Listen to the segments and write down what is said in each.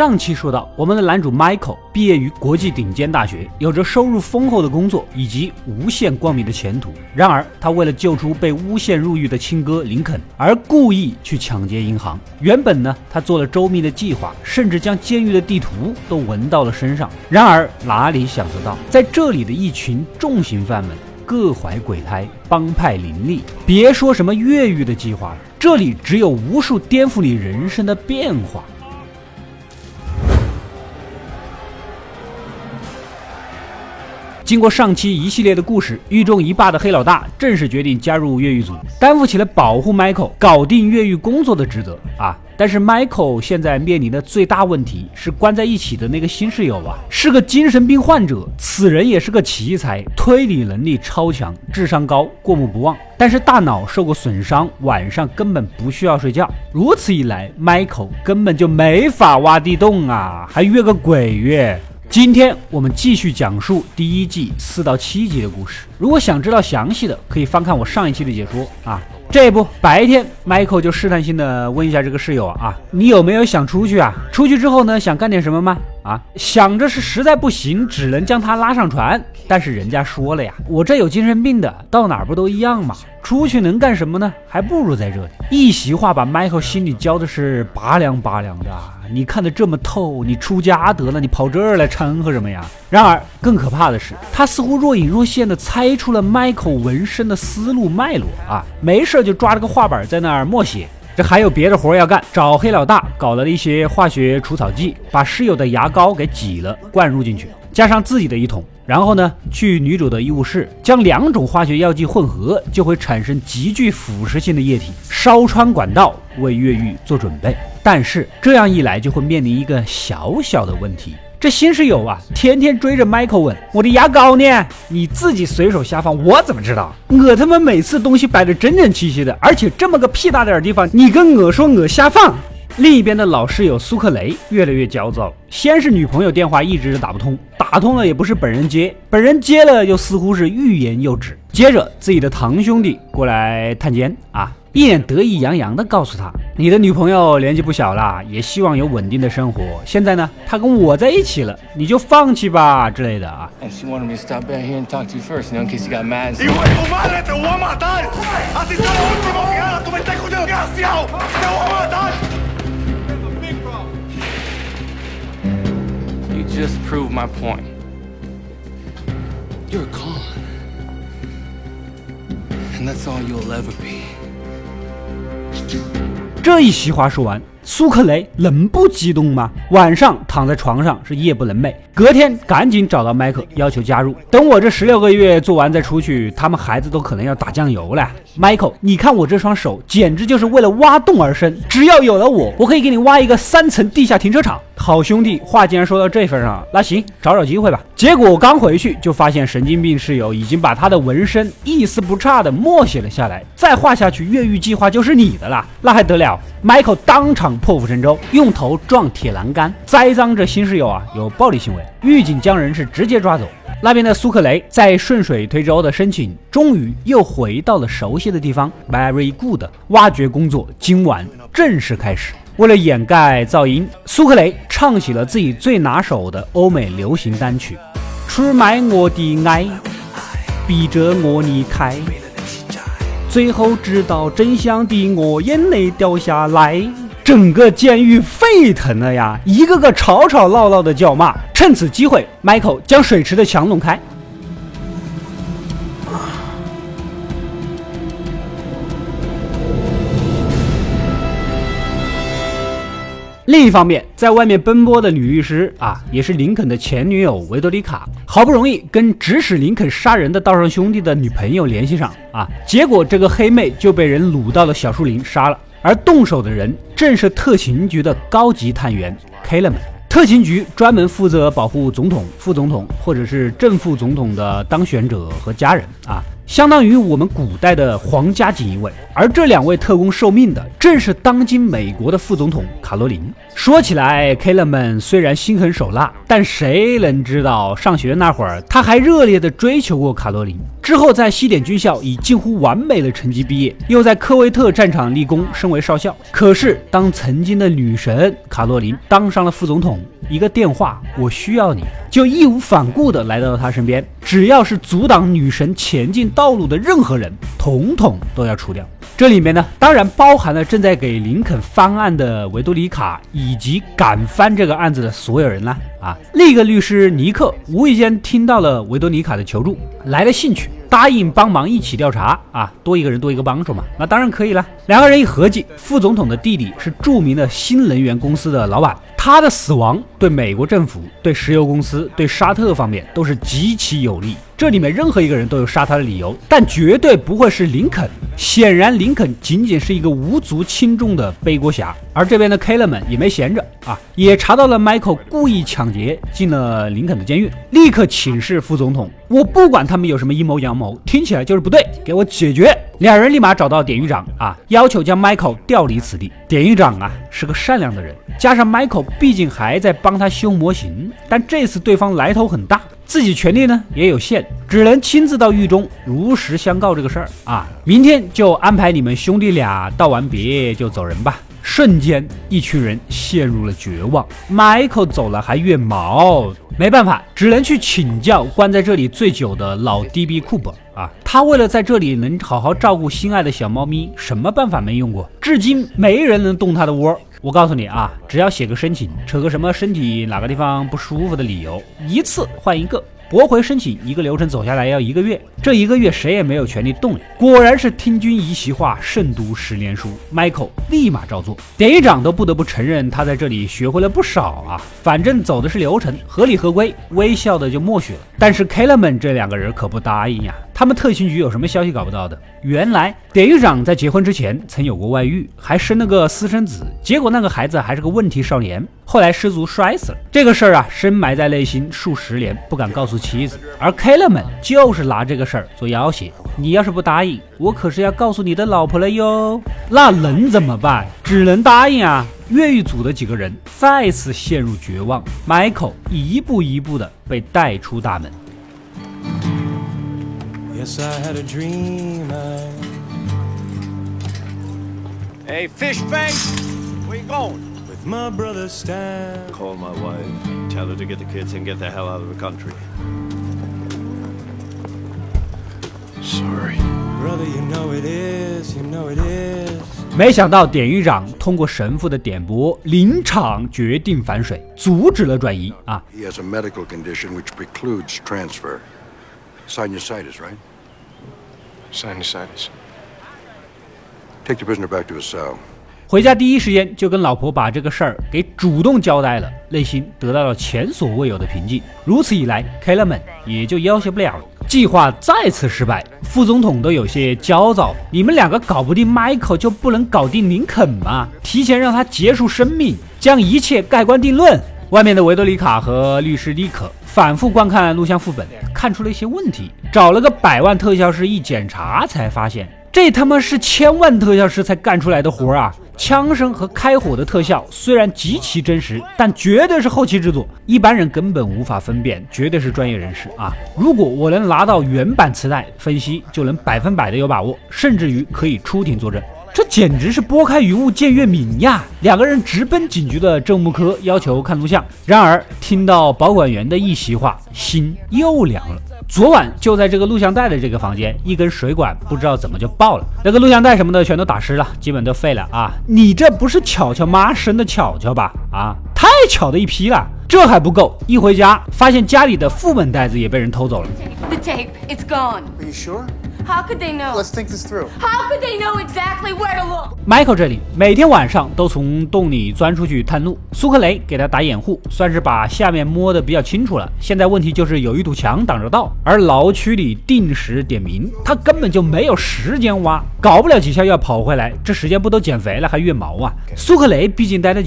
上期说到，我们的男主 Michael 毕业于国际顶尖大学，有着收入丰厚的工作以及无限光明的前途。然而，他为了救出被诬陷入狱的亲哥林肯，而故意去抢劫银行。原本呢，他做了周密的计划，甚至将监狱的地图都纹到了身上。然而，哪里想得到，在这里的一群重刑犯们各怀鬼胎，帮派林立，别说什么越狱的计划了，这里只有无数颠覆你人生的变化。经过上期一系列的故事，狱中一霸的黑老大正式决定加入越狱组，担负起了保护 Michael 搞定越狱工作的职责啊。但是 Michael 现在面临的最大问题是关在一起的那个新室友啊，是个精神病患者，此人也是个奇才，推理能力超强，智商高，过目不忘，但是大脑受过损伤，晚上根本不需要睡觉。如此一来 Michael 根本就没法挖地洞啊，还越个鬼越。今天我们继续讲述第一季4到7集的故事。如果想知道详细的，可以翻看我上一期的解说啊。这一步白天 Michael 就试探性的问一下这个室友啊，你有没有想出去啊？出去之后呢，想干点什么吗？啊，想着是实在不行，只能将他拉上船。但是人家说了呀，我这有精神病的，到哪儿不都一样吗？出去能干什么呢？还不如在这里。一席话把 Michael 心里浇的是拔凉拔凉的。你看得这么透，你出家得了，你跑这儿来掺和什么呀？然而更可怕的是，他似乎若隐若现的猜出了 Michael 纹身的思路脉络啊，没事就抓着个画板在那儿默写。这还有别的活要干，找黑老大搞了一些化学除草剂，把室友的牙膏给挤了灌入进去，加上自己的一桶，然后呢去女主的医务室，将2种化学药剂混合，就会产生极具腐蚀性的液体，烧穿管道，为越狱做准备。但是这样一来就会面临一个小小的问题，这新室友啊，天天追着 Michael 问我的牙膏呢？你自己随手下放，我怎么知道？我他妈每次东西摆得整整齐齐的，而且这么个屁大点的地方，你跟我说我瞎放。另一边的老室友苏克雷越来越焦躁，先是女朋友电话一直打不通，打通了也不是本人接，本人接了又似乎是欲言又止。接着自己的堂兄弟过来探监啊，一脸得意洋洋地告诉他，你的女朋友年纪不小了，也希望有稳定的生活，现在呢她跟我在一起了，你就放弃吧之类的啊。 You just proved my point. You're a con. And that's all you'll ever be. 这一席话说完，苏克雷能不激动吗？晚上躺在床上是夜不能寐，隔天赶紧找到麦克要求加入，等我这16个月做完再出去，他们孩子都可能要打酱油了。Michael， 你看我这双手简直就是为了挖洞而生，只要有了我可以给你挖一个3层地下停车场。好兄弟话既然说到这份上，那行，找找机会吧。结果刚回去就发现神经病室友已经把他的纹身一丝不差的默写了下来，再画下去越狱计划就是你的啦，那还得了。 Michael 当场破釜沉舟，用头撞铁栏杆，栽赃这新室友啊有暴力行为，狱警将人是直接抓走。那边的苏克雷在顺水推舟的申请，终于又回到了熟悉的地方。Very good， 挖掘工作今晚正式开始。为了掩盖噪音，苏克雷唱起了自己最拿手的欧美流行单曲《出卖我的爱，逼着我离开》。 最后知道真相的我眼泪掉下来，整个监狱沸腾了呀！一个个吵吵闹闹的叫骂。趁此机会 ，Michael 将水池的墙弄开。另一方面，在外面奔波的女律师啊，也是林肯的前女友维多利卡，好不容易跟指使林肯杀人的道上兄弟的女朋友联系上啊，结果这个黑妹就被人掳到了小树林杀了，而动手的人正是特勤局的高级探员 Kellerman。特勤局专门负责保护总统、副总统或者是正副总统的当选者和家人啊。 相当于我们古代的皇家锦衣卫。而这2位特工受命的正是当今美国的副总统卡罗琳。说起来 Kellerman 虽然心狠手辣，但谁能知道上学那会儿他还热烈地追求过卡罗琳。之后在西点军校以近乎完美的成绩毕业，又在科威特战场立功，升为少校。可是当曾经的女神卡罗琳当上了副总统，一个电话我需要你，就义无反顾地来到了他身边，只要是阻挡女神前进道路的任何人，统统都要除掉。这里面呢，当然包含了正在给林肯翻案的维多里卡，以及敢翻这个案子的所有人啦。另一个律师尼克无意间听到了维多里卡的求助，来了兴趣，答应帮忙一起调查多一个人多一个帮手嘛，那当然可以了。2个人一合计，副总统的弟弟是著名的新能源公司的老板，他的死亡对美国政府、对石油公司、对沙特方面都是极其有利。这里面任何一个人都有杀他的理由，但绝对不会是林肯。显然林肯仅仅是一个无足轻重的背锅侠。而这边的 Kellerman 也没闲着也查到了 Michael 故意抢劫进了林肯的监狱，立刻请示副总统，我不管他们有什么阴谋阳谋，听起来就是不对，给我解决。2人立马找到典狱长要求将 Michael 调离此地。典狱长是个善良的人，加上 Michael 毕竟还在帮他修模型，但这次对方来头很大，自己权力呢也有限，只能亲自到狱中如实相告这个事儿明天就安排你们兄弟俩道完别就走人吧。瞬间一群人陷入了绝望。Michael 走了还越毛，没办法，只能去请教关在这里最久的老 DB 库珀他为了在这里能好好照顾心爱的小猫咪，什么办法没用过，至今没人能动他的窝。我告诉你只要写个申请，扯个什么身体哪个地方不舒服的理由，一次换一个，驳回申请一个流程走下来要1个月，这1个月谁也没有权利动你。果然是听君一席话，胜读10年书。Michael 立马照做，典狱长都不得不承认他在这里学会了不少反正走的是流程，合理合规，微笑的就默许了。但是 Kellerman 这2个人可不答应他们特勤局有什么消息搞不到的？原来典狱长在结婚之前曾有过外遇，还生了个私生子，结果那个孩子还是个问题少年，后来失足摔死了。这个事儿深埋在内心数10年，不敢告诉妻子。而 Kellerman 就是拿这个事儿做要挟，你要是不答应，我可是要告诉你的老婆了哟。那能怎么办？只能答应越狱组的几个人再次陷入绝望， Michael 一步一步的被带出大门。 Yes, I had a dream. Hey, fish face, where you going? With my brother Stan. Call my wife. Tell her to get the kids and get the hell out of the country. Sorry. Brother, you know it is, you know it is. 没想到典狱长通过神父的点拨，临场决定反水，阻止了转移 He has a medical condition which precludes transfer. Sinusitis, right? Sinusitis. Take the prisoner back to his cell. 回家第一时间就跟老婆把这个事儿给主动交代了，内心得到了前所未有的平静。如此一来 Kellerman 也就要挟不了了。计划再次失败，副总统都有些焦躁，你们2个搞不定 Michael 就不能搞定林肯吗？提前让他结束生命，将一切盖棺定论。外面的维多里卡和律师利可反复观看录像副本，看出了一些问题，找了个100万特效师一检查，才发现这他妈是1000万特效师才干出来的活枪声和开火的特效虽然极其真实，但绝对是后期制作，一般人根本无法分辨，绝对是专业人士如果我能拿到原版磁带分析，就能100%的有把握，甚至于可以出庭作证。这简直是拨开云雾见月明呀！2个人直奔警局的政务科要求看录像，然而听到保管员的一席话，心又凉了。昨晚就在这个录像带的这个房间，一根水管不知道怎么就爆了，那个录像带什么的全都打湿了，基本都废了你这不是巧巧妈生的巧巧吧太巧的一批了。这还不够，一回家发现家里的副本袋子也被人偷走了。 The tape, it's gone. Are you sure? How could they know? Let's think this through. How could they know exactly where to look? Michael 这里每天晚上都从洞里钻出去探路，苏克雷给他打掩护，算是把下面摸得比较清楚了。现在问题就是有一堵墙挡着道，而牢区里定时点名，他根本就没有时间挖，搞不了几下要跑回来，这时间不都减肥了还越毛苏克雷毕竟待得久，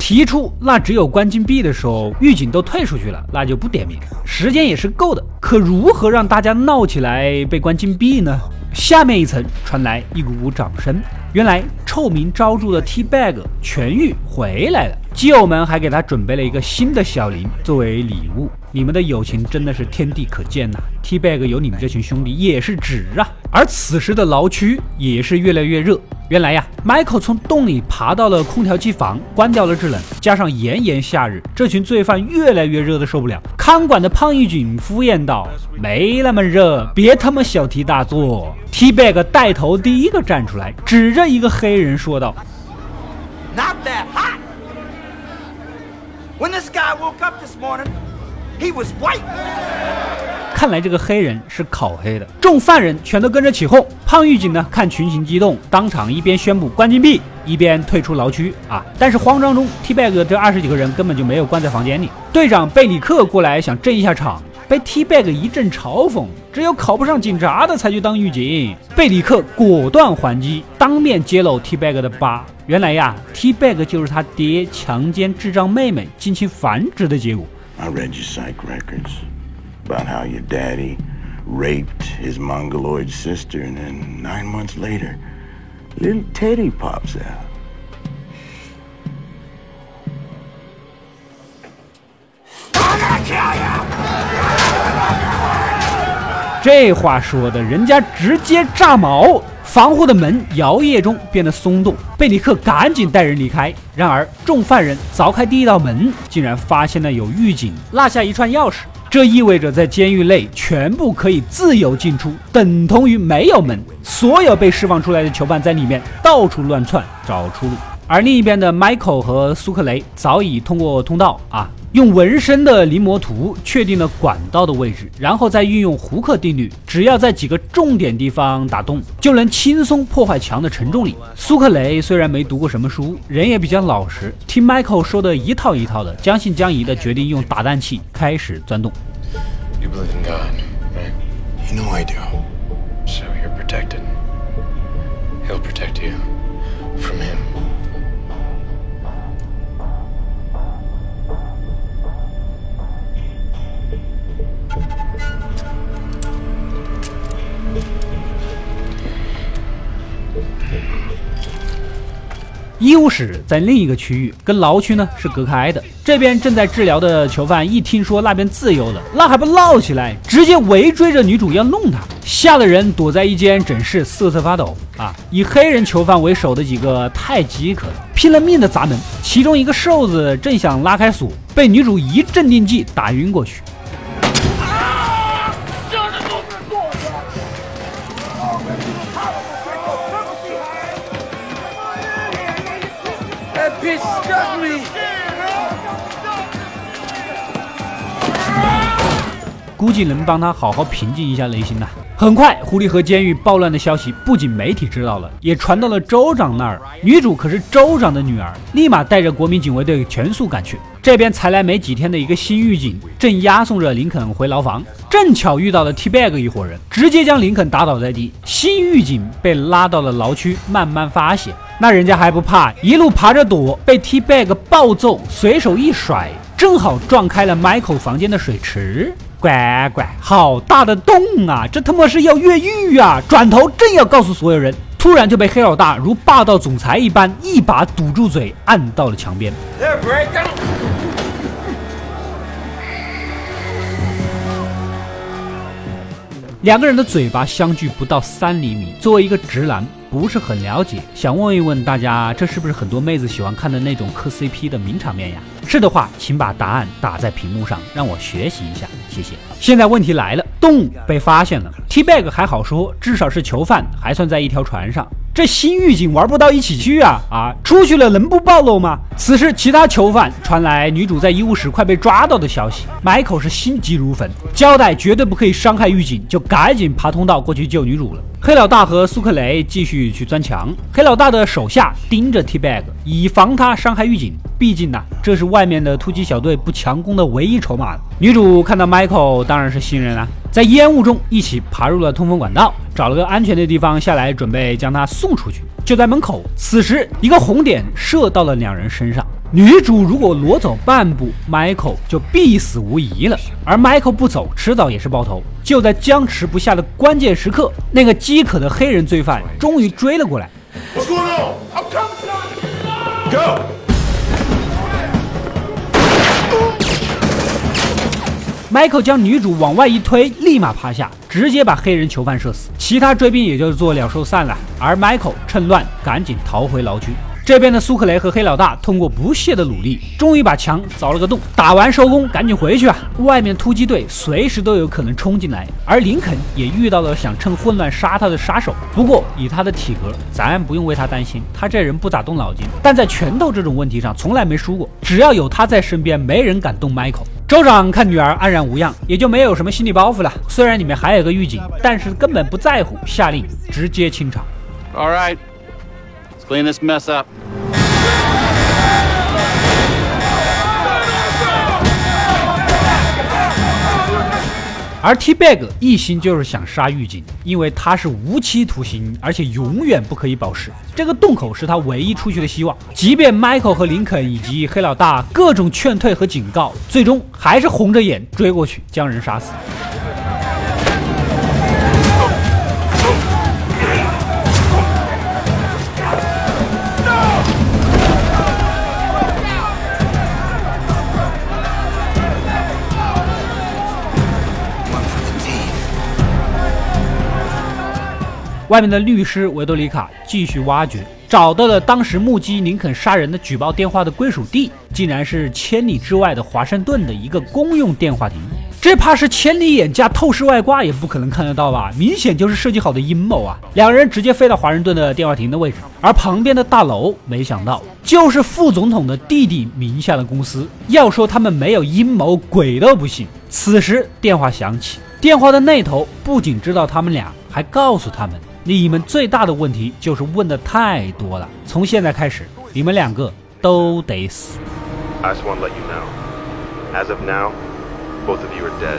提出那只有关禁闭的时候，狱警都退出去了，那就不点名，时间也是够的。可如何让大家闹起来被关禁闭呢？下面一层传来一股股掌声，原来臭名昭著的 T-Bag 痊愈回来了，基友们还给他准备了一个新的小林作为礼物。你们的友情真的是天地可见呐！T-Bag 有你们这群兄弟也是值啊！而此时的牢区也是越来越热。原来呀，Michael 从洞里爬到了空调机房，关掉了制冷，加上炎炎夏日，这群罪犯越来越热的受不了。看管的胖狱警敷衍道：“没那么热，别他妈小题大做。”T-Bag 带头第一个站出来，指着一个黑人说道 Not that hot. When this guy woke up this morning, he was white. 看来这个黑人是烤黑的，众犯人全都跟着起哄。胖狱警呢，看群情激动，当场一边宣布关禁闭，一边退出牢区啊！但是慌张中 ，T-Bag 这20几个人根本就没有关在房间里。队长贝里克过来想镇一下场，被 T-Bag 一阵嘲讽，只有考不上警察的才去当狱警。贝里克果断还击，当面揭露 T-Bag 的疤。原来呀 ，T-Bag 就是他爹强奸智障妹妹进行繁殖的结果。 I read your psych records about how your daddy raped his mongoloid sister, and then 9 months later, little Teddy pops out. 这话说的，人家直接炸毛，防护的门摇曳中变得松动，贝里克赶紧带人离开。然而众犯人凿开第一道门，竟然发现了有狱警落下一串钥匙，这意味着在监狱内全部可以自由进出，等同于没有门，所有被释放出来的囚犯在里面到处乱窜找出路。而另一边的 Michael 和苏克雷早已通过通道用纹身的临摹图确定了管道的位置，然后再运用胡克定律，只要在几个重点地方打洞，就能轻松破坏墙的承重力。苏克雷虽然没读过什么书，人也比较老实，听 Michael 说的一套一套的，将信将疑的决定用打蛋器开始钻洞。 You believe in God, right? You know I do. So you're protected. He'll protect you from him. 医务室在另一个区域，跟牢区呢是隔开的。这边正在治疗的囚犯一听说那边自由了，那还不闹起来，直接围追着女主要弄她，吓得人躲在一间诊室瑟瑟发抖以黑人囚犯为首的几个太饥渴了，拼了命的砸门，其中一个瘦子正想拉开锁，被女主一镇定剂打晕过去。估计能帮他好好平静一下内心呐。很快，狐狸河监狱暴乱的消息不仅媒体知道了，也传到了州长那儿。女主可是州长的女儿，立马带着国民警卫队全速赶去。这边才来没几天的一个新狱警正押送着林肯回牢房，正巧遇到了 T-Bag 一伙人，直接将林肯打倒在地。新狱警被拉到了牢区慢慢发泄，那人家还不怕，一路爬着躲，被 T-Bag 暴揍，随手一甩，正好撞开了 Michael 房间的水池。乖乖，好大的洞啊！这他妈是要越狱啊！转头正要告诉所有人，突然就被黑老大如霸道总裁一般一把堵住嘴，按到了墙边。两个人的嘴巴相距不到3厘米，作为一个直男不是很了解，想问一问大家，这是不是很多妹子喜欢看的那种磕 CP 的名场面呀？是的话，请把答案打在屏幕上，让我学习一下，谢谢。现在问题来了，洞被发现了 ，T-Bag 还好说，至少是囚犯，还算在一条船上。这新狱警玩不到一起去出去了能不暴露吗？此时其他囚犯传来女主在医务室快被抓到的消息，Michael是心急如焚，交代绝对不可以伤害狱警，就赶紧爬通道过去救女主了。黑老大和苏克雷继续去钻墙，黑老大的手下盯着 T-Bag， 以防他伤害狱警，毕竟这是外面的突击小队不强攻的唯一筹码了。女主看到 Michael 当然是信任了，在烟雾中一起爬入了通风管道，找了个安全的地方下来，准备将他送出去。就在门口，此时一个红点射到了两人身上， 女主如果挪走半步 ，Michael 就必死无疑了。而 Michael 不走，迟早也是爆头。就在僵持不下的关键时刻，那个饥渴的黑人罪犯终于追了过来。 What's going on? I'm coming. Go. Michael 将女主往外一推，立马趴下，直接把黑人囚犯射死。其他追兵也就做鸟兽散了，而 Michael 趁乱赶紧逃回牢区。这边的苏克雷和黑老大通过不懈的努力，终于把墙凿了个洞。打完收工，赶紧回去啊！外面突击队随时都有可能冲进来，而林肯也遇到了想趁混乱杀他的杀手。不过以他的体格，咱不用为他担心，他这人不咋动脑筋，但在拳头这种问题上从来没输过。只要有他在身边，没人敢动 Michael。州长看女儿安然无恙，也就没有什么心理包袱了。虽然里面还有个狱警，但是根本不在乎，下令直接清场。 All right. Clean this mess up. 而 T-Bag 一心就是想杀狱警，因为他是无期徒刑，而且永远不可以保释。这个洞口是他唯一出去的希望。即便 Michael 和林肯以及黑老大各种劝退和警告，最终还是红着眼追过去将人杀死。外面的律师维多里卡继续挖掘，找到了当时目击林肯杀人的举报电话的归属地，竟然是千里之外的华盛顿的一个公用电话亭。这怕是千里眼加透视外挂也不可能看得到吧？明显就是设计好的阴谋啊！两人直接飞到华盛顿的电话亭的位置，而旁边的大楼，没想到就是副总统的弟弟名下的公司。要说他们没有阴谋，鬼都不信。此时电话响起，电话的那头不仅知道他们俩，还告诉他们。你们最大的问题就是问的太多了，从现在开始，你们两个都得死。 I just want to let you know. As of now, both of you are dead.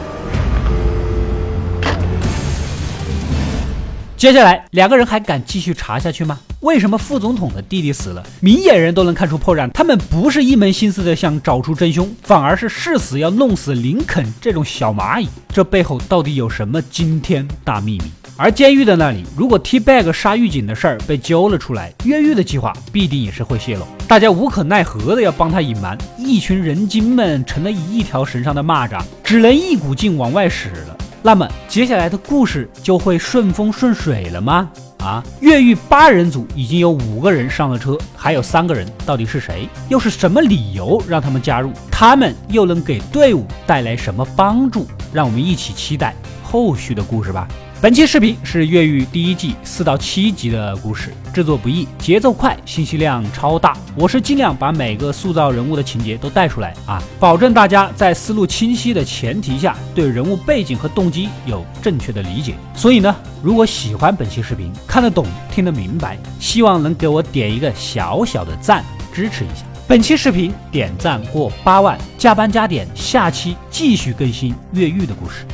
接下来两个人还敢继续查下去吗？为什么副总统的弟弟死了，明眼人都能看出破绽？他们不是一门心思的想找出真凶，反而是誓死要弄死林肯这种小蚂蚁。这背后到底有什么惊天大秘密？而监狱的那里，如果 T-Bag 杀狱警的事儿被揪了出来，越狱的计划必定也是会泄露。大家无可奈何的要帮他隐瞒，一群人精们成了一条绳上的蚂蚱，只能一股劲往外使了。那么接下来的故事就会顺风顺水了吗？越狱8人组已经有5个人上了车，还有3个人到底是谁？又是什么理由让他们加入？他们又能给队伍带来什么帮助？让我们一起期待后续的故事吧。本期视频是越狱第1季4到7集的故事，制作不易，节奏快，信息量超大。我是尽量把每个塑造人物的情节都带出来保证大家在思路清晰的前提下，对人物背景和动机有正确的理解。所以呢，如果喜欢本期视频，看得懂，听得明白，希望能给我点一个小小的赞，支持一下。本期视频点赞过8万，加班加点，下期继续更新越狱的故事。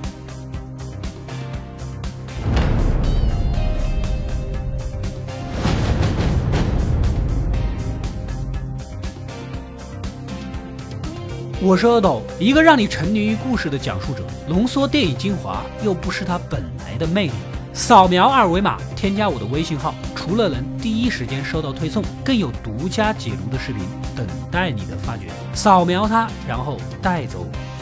我是阿斗，一个让你沉迷于故事的讲述者，浓缩电影精华，又不失它本来的魅力。扫描二维码，添加我的微信号，除了能第一时间收到推送，更有独家解读的视频等待你的发掘。扫描它，然后带走